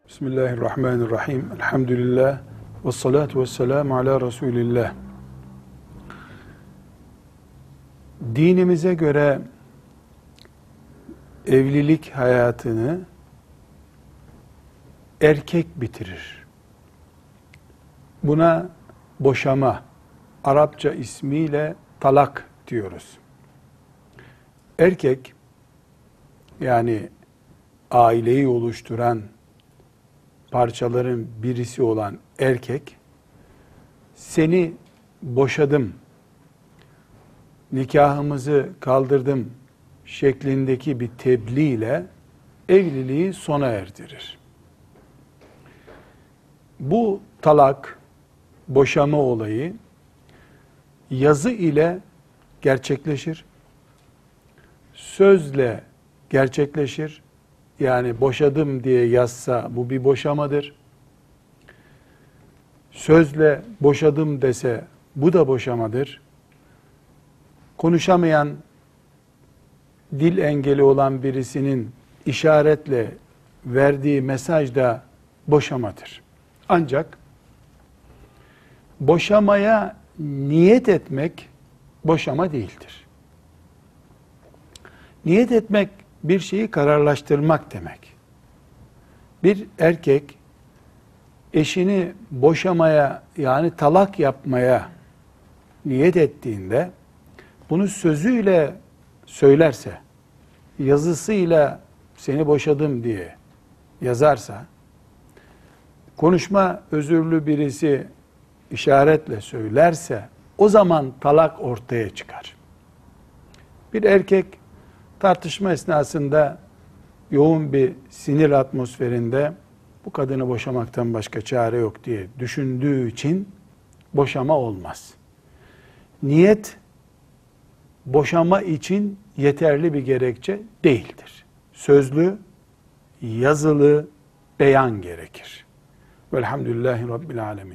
Bismillahirrahmanirrahim. Elhamdülillah. Ve salatu ve selamu ala Resulillah. Dinimize göre evlilik hayatını erkek bitirir. Buna boşama, Arapça ismiyle talak diyoruz. Erkek, yani aileyi oluşturan parçaların birisi olan erkek, seni boşadım, nikahımızı kaldırdım şeklindeki bir tebliğ ile evliliği sona erdirir. Bu talak, boşama olayı yazı ile gerçekleşir, sözle gerçekleşir. Yani boşadım diye yazsa bu bir boşamadır. Sözle boşadım dese bu da boşamadır. Konuşamayan, dil engeli olan birisinin işaretle verdiği mesaj da boşamadır. Ancak boşamaya niyet etmek boşama değildir. Niyet etmek bir şeyi kararlaştırmak demek. Bir erkek eşini boşamaya, yani talak yapmaya niyet ettiğinde bunu sözüyle söylerse, yazısıyla seni boşadım diye yazarsa, konuşma özürlü birisi işaretle söylerse o zaman talak ortaya çıkar. Bir erkek tartışma esnasında yoğun bir sinir atmosferinde bu kadını boşamaktan başka çare yok diye düşündüğü için boşama olmaz. Niyet boşama için yeterli bir gerekçe değildir. Sözlü, yazılı beyan gerekir. Velhamdülillahi Rabbil Alemin.